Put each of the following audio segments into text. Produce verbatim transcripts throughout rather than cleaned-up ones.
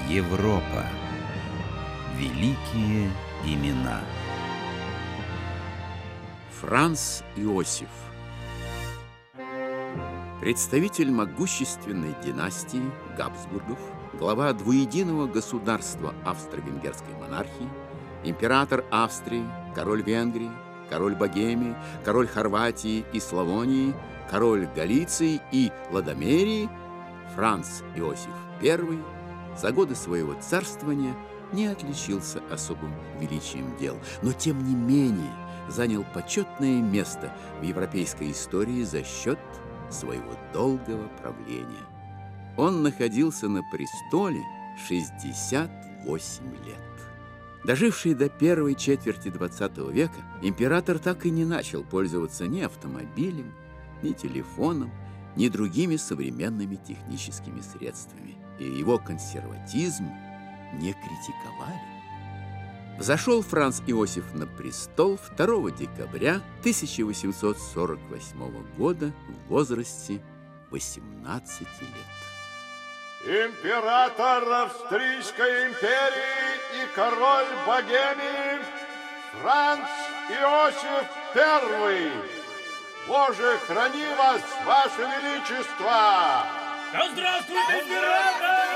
Европа. Великие имена. Франц Иосиф. Представитель могущественной династии Габсбургов, глава двуединого государства австро-венгерской монархии, император Австрии, король Венгрии, король Богемии, король Хорватии и Славонии, король Галиции и Лодомерии, Франц Иосиф Первый за годы своего царствования не отличился особым величием дел, но тем не менее занял почетное место в европейской истории за счет своего долгого правления. Он находился на престоле шестьдесят восемь лет. Доживший до первой четверти двадцатого века, император так и не начал пользоваться ни автомобилем, ни телефоном, ни другими современными техническими средствами, и его консерватизм не критиковали. Взошел Франц Иосиф на престол второго декабря тысяча восемьсот сорок восьмого года в возрасте восемнадцати лет. Император Австрийской империи и король Богемии Франц Иосиф Первый. Боже, храни вас, Ваше Величество! Да здравствует император!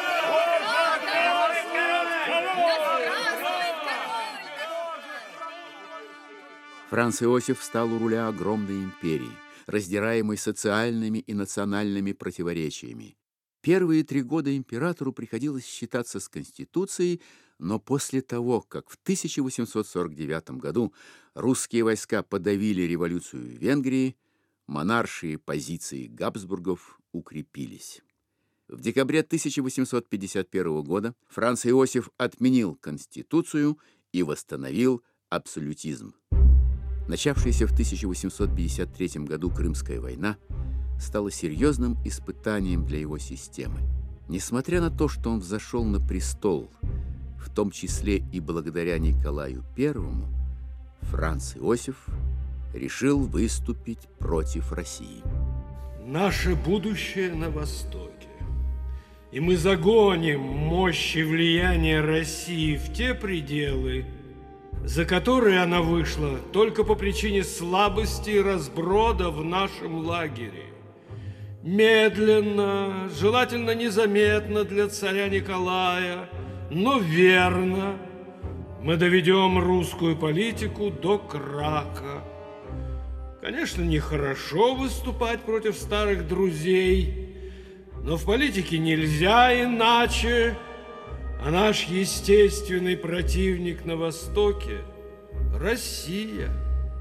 Франц Иосиф встал у руля огромной империи, раздираемой социальными и национальными противоречиями. Первые три года императору приходилось считаться с Конституцией, но после того, как в тысяча восемьсот сорок девятом году русские войска подавили революцию в Венгрии, монаршие позиции Габсбургов укрепились. В декабре тысяча восемьсот пятьдесят первого года Франц Иосиф отменил Конституцию и восстановил абсолютизм. Начавшаяся в тысяча восемьсот пятьдесят третьем году Крымская война стала серьезным испытанием для его системы. Несмотря на то, что он взошел на престол, в том числе и благодаря Николаю Первому, Франц Иосиф решил выступить против России. Наше будущее на Востоке. И мы загоним мощь и влияние России в те пределы, за которые она вышла только по причине слабости и разброда в нашем лагере. Медленно, желательно незаметно для царя Николая, но верно мы доведем русскую политику до краха. Конечно, нехорошо выступать против старых друзей, но в политике нельзя иначе, а наш естественный противник на Востоке – Россия.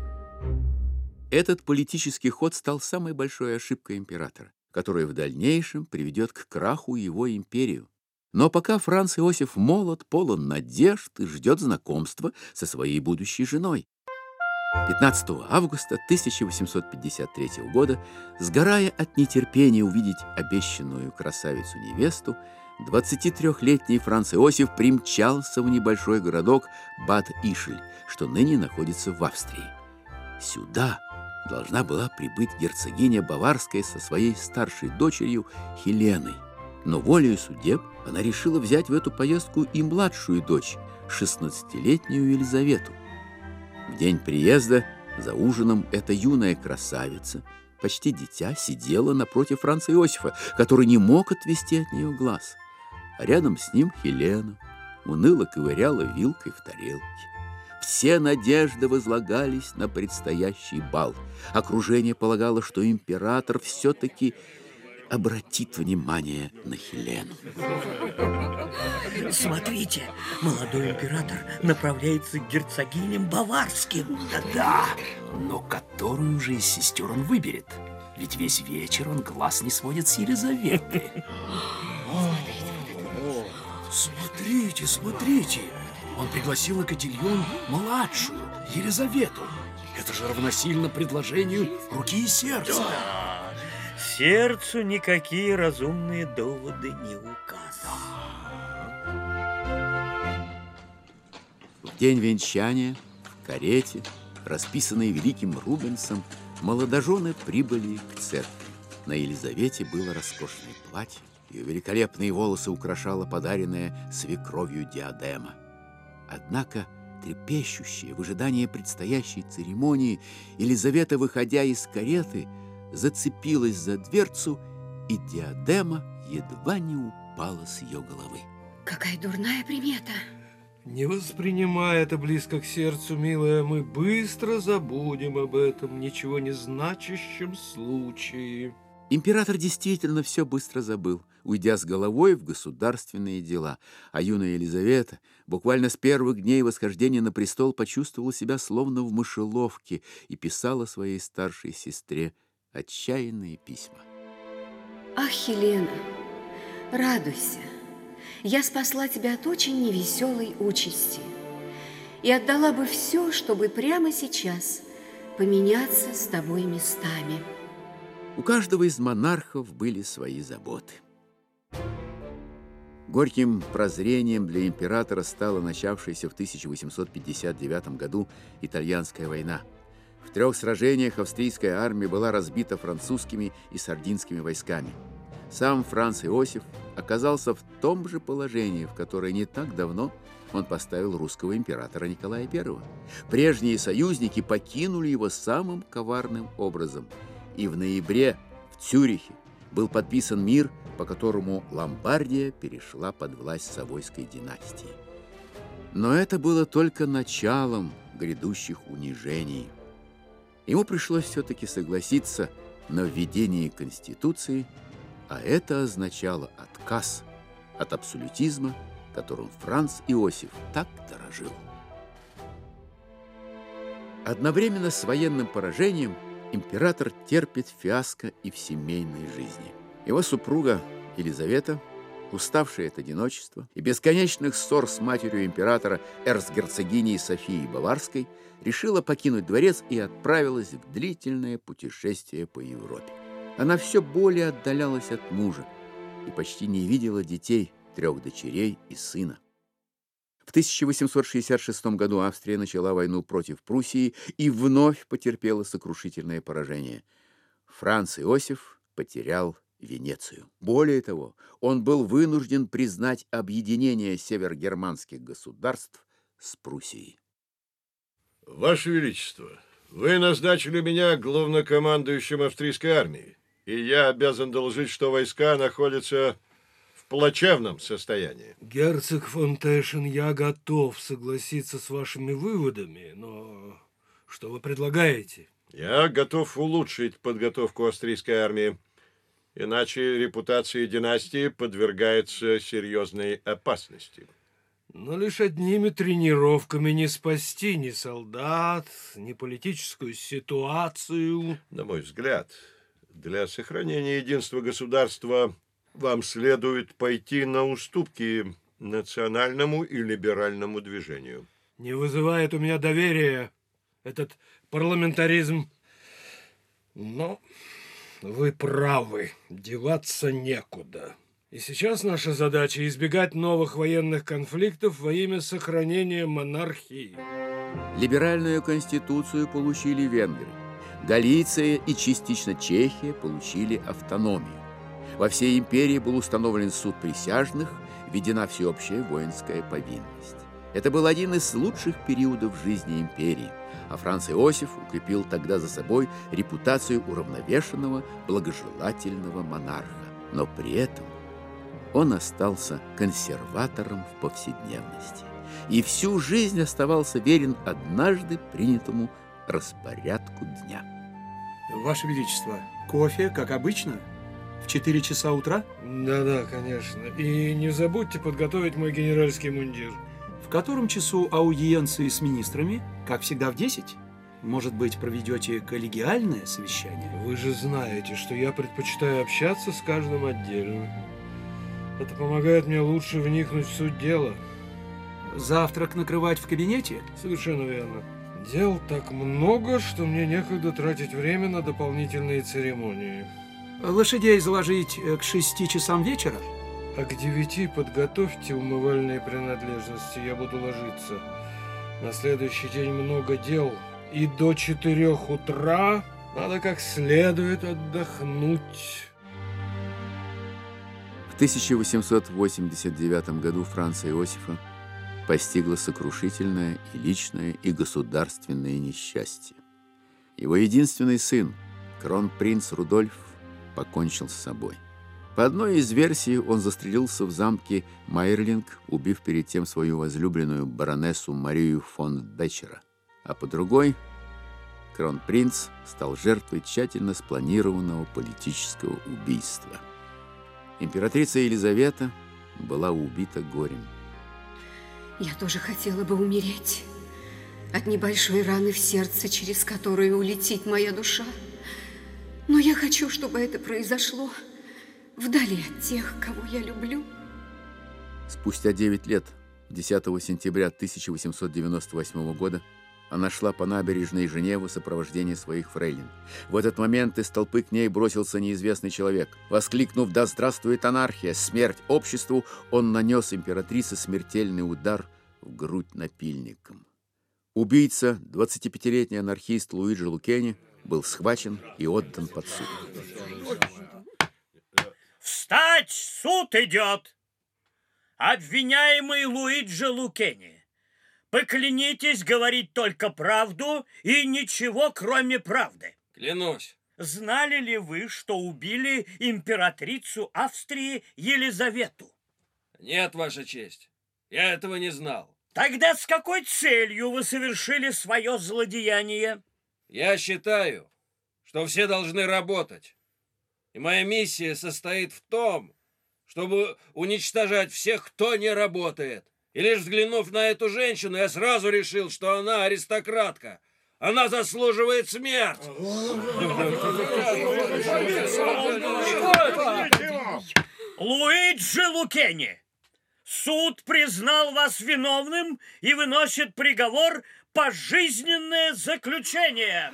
Этот политический ход стал самой большой ошибкой императора, которая в дальнейшем приведет к краху его империю. Но пока Франц Иосиф молод, полон надежд и ждет знакомства со своей будущей женой. пятнадцатого августа тысяча восемьсот пятьдесят третьего года, сгорая от нетерпения увидеть обещанную красавицу-невесту, двадцатитрёхлетний Франц Иосиф примчался в небольшой городок Бад-Ишль, что ныне находится в Австрии. Сюда должна была прибыть герцогиня Баварская со своей старшей дочерью Хеленой. Но волею судеб она решила взять в эту поездку и младшую дочь, шестнадцатилетнюю Елизавету. В день приезда за ужином эта юная красавица, почти дитя, сидела напротив Франца Иосифа, который не мог отвести от нее глаз. А рядом с ним Хелена уныло ковыряла вилкой в тарелке. Все надежды возлагались на предстоящий бал. Окружение полагало, что император все-таки обратит внимание на Хелену. Смотрите, молодой император направляется к герцогиням Баварским. Да, но которую же из сестер он выберет? Ведь весь вечер он глаз не сводит с Елизаветы. Смотрите, смотрите. Он пригласил на котельон младшую, Елизавету. Это же равносильно предложению руки и сердца. Сердцу никакие разумные доводы не указаны. В день венчания в карете, расписанной великим Рубенсом, молодожены прибыли к церкви. На Елизавете было роскошное платье, Ее великолепные волосы украшала подаренная свекровью диадема. Однако, трепещущая в ожидании предстоящей церемонии, Елизавета, выходя из кареты, зацепилась за дверцу, и диадема едва не упала с ее головы. Какая дурная примета. Не воспринимай это близко к сердцу, милая. Мы быстро забудем об этом ничего не значащем случае. Император действительно все быстро забыл, уйдя с головой в государственные дела. А юная Елизавета буквально с первых дней восхождения на престол почувствовала себя словно в мышеловке и писала своей старшей сестре отчаянные письма. Ах, Хелена, радуйся. Я спасла тебя от очень невеселой участи и отдала бы все, чтобы прямо сейчас поменяться с тобой местами. У каждого из монархов были свои заботы. Горьким прозрением для императора стала начавшаяся в тысяча восемьсот пятьдесят девятом году итальянская война. В трех сражениях австрийская армия была разбита французскими и сардинскими войсками. Сам Франц Иосиф оказался в том же положении, в которое не так давно он поставил русского императора Николая Первого. Прежние союзники покинули его самым коварным образом. И в ноябре в Цюрихе был подписан мир, по которому Ломбардия перешла под власть Савойской династии. Но это было только началом грядущих унижений. Ему пришлось все-таки согласиться на введение Конституции, а это означало отказ от абсолютизма, которым Франц Иосиф так дорожил. Одновременно с военным поражением император терпит фиаско и в семейной жизни. Его супруга Елизавета, уставшая от одиночества и бесконечных ссор с матерью императора эрцгерцогиней Софией Баварской, решила покинуть дворец и отправилась в длительное путешествие по Европе. Она все более отдалялась от мужа и почти не видела детей, трех дочерей и сына. В тысяча восемьсот шестьдесят шестом году Австрия начала войну против Пруссии и вновь потерпела сокрушительное поражение. Франц Иосиф потерял Венецию. Более того, он был вынужден признать объединение северогерманских государств с Пруссией. Ваше Величество, вы назначили меня главнокомандующим австрийской армии, и я обязан доложить, что войска находятся в плачевном состоянии. Герцог фон Тешен, я готов согласиться с вашими выводами, но что вы предлагаете? Я готов улучшить подготовку австрийской армии, иначе репутация династии подвергается серьезной опасности. Но лишь одними тренировками не спасти ни солдат, ни политическую ситуацию. На мой взгляд, для сохранения единства государства вам следует пойти на уступки национальному и либеральному движению. Не вызывает у меня доверия этот парламентаризм. Но вы правы, деваться некуда. И сейчас наша задача избегать новых военных конфликтов во имя сохранения монархии. Либеральную конституцию получили венгры. Галиция и частично Чехия получили автономию. Во всей империи был установлен суд присяжных, введена всеобщая воинская повинность. Это был один из лучших периодов жизни империи, а Франц Иосиф укрепил тогда за собой репутацию уравновешенного, благожелательного монарха. Но при этом он остался консерватором в повседневности и всю жизнь оставался верен однажды принятому распорядку дня. Ваше Величество, кофе, как обычно, в четыре часа утра? Да-да, конечно. И не забудьте подготовить мой генеральский мундир. В котором часу аудиенции с министрами? Как всегда, в десять? Может быть, проведете коллегиальное совещание? Вы же знаете, что я предпочитаю общаться с каждым отдельно. Это помогает мне лучше вникнуть в суть дела. Завтрак накрывать в кабинете? Совершенно верно. Дел так много, что мне некогда тратить время на дополнительные церемонии. Лошадей заложить к шести часам вечера? А к девяти подготовьте умывальные принадлежности, я буду ложиться. На следующий день много дел. И до четырех утра надо как следует отдохнуть. В В тысяча восемьсот восемьдесят девятом году Франца Иосифа постигло сокрушительное и личное, и государственное несчастье. Его единственный сын, кронпринц Рудольф, покончил с собой. По одной из версий, он застрелился в замке Майерлинг, убив перед тем свою возлюбленную баронессу Марию фон Бечера. А по другой, кронпринц стал жертвой тщательно спланированного политического убийства. Императрица Елизавета была убита горем. Я тоже хотела бы умереть от небольшой раны в сердце, через которую улетит моя душа. Но я хочу, чтобы это произошло вдали от тех, кого я люблю. Спустя девять лет, десятого сентября тысяча восемьсот девяносто восьмого года, она шла по набережной Женевы в сопровождении своих фрейлин. В этот момент из толпы к ней бросился неизвестный человек. Воскликнув «Да здравствует анархия! Смерть обществу!», он нанес императрице смертельный удар в грудь напильником. Убийца, двадцатипятилетний анархист Луиджи Лукени, был схвачен и отдан под суд. Встать! Суд идет! Обвиняемый Луиджи Лукени, поклянитесь говорить только правду и ничего, кроме правды. Клянусь. Знали ли вы, что убили императрицу Австрии Елизавету? Нет, Ваша честь. Я этого не знал. Тогда с какой целью вы совершили свое злодеяние? Я считаю, что все должны работать. И моя миссия состоит в том, чтобы уничтожать всех, кто не работает. И лишь взглянув на эту женщину, я сразу решил, что она аристократка. Она заслуживает смерть. Луиджи Лукени, суд признал вас виновным и выносит приговор пожизненное заключение.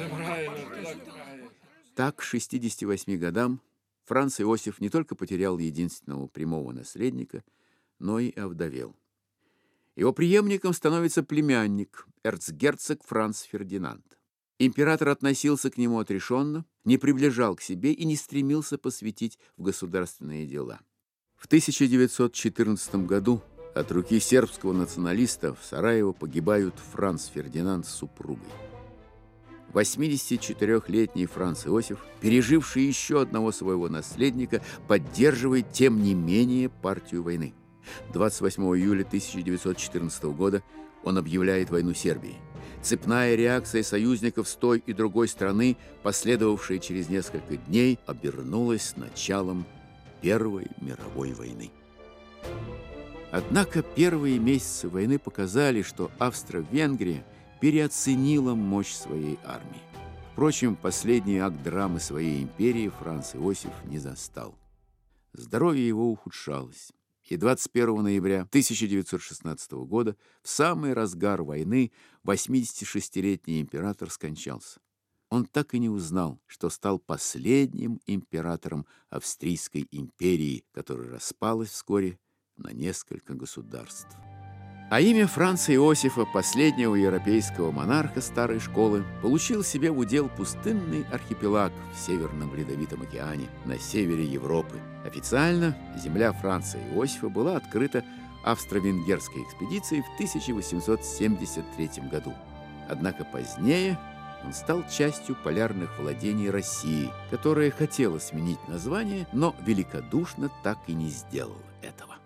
Так, к шестидесяти восьми годам Франц Иосиф не только потерял единственного прямого наследника, но и овдовел. Его преемником становится племянник, эрцгерцог Франц Фердинанд. Император относился к нему отрешенно, не приближал к себе и не стремился посвятить в государственные дела. В тысяча девятьсот четырнадцатом году от руки сербского националиста в Сараево погибают Франц Фердинанд с супругой. восьмидесятичетырёхлетний Франц Иосиф, переживший еще одного своего наследника, поддерживает тем не менее партию войны. двадцать восьмого июля тысяча девятьсот четырнадцатого года он объявляет войну Сербии. Цепная реакция союзников с той и другой стороны, последовавшая через несколько дней, обернулась началом Первой мировой войны. Однако первые месяцы войны показали, что Австро-Венгрия переоценила мощь своей армии. Впрочем, последний акт драмы своей империи Франц Иосиф не застал. Здоровье его ухудшалось. И двадцать первого ноября тысяча девятьсот шестнадцатого года, в самый разгар войны, восьмидесятишестилетний император скончался. Он так и не узнал, что стал последним императором Австрийской империи, которая распалась вскоре на несколько государств. А имя Франца Иосифа, последнего европейского монарха старой школы, получил себе в удел пустынный архипелаг в Северном Ледовитом океане на севере Европы. Официально земля Франца Иосифа была открыта австро-венгерской экспедицией в тысяча восемьсот семьдесят третьем году. Однако позднее он стал частью полярных владений России, которая хотела сменить название, но великодушно так и не сделала этого.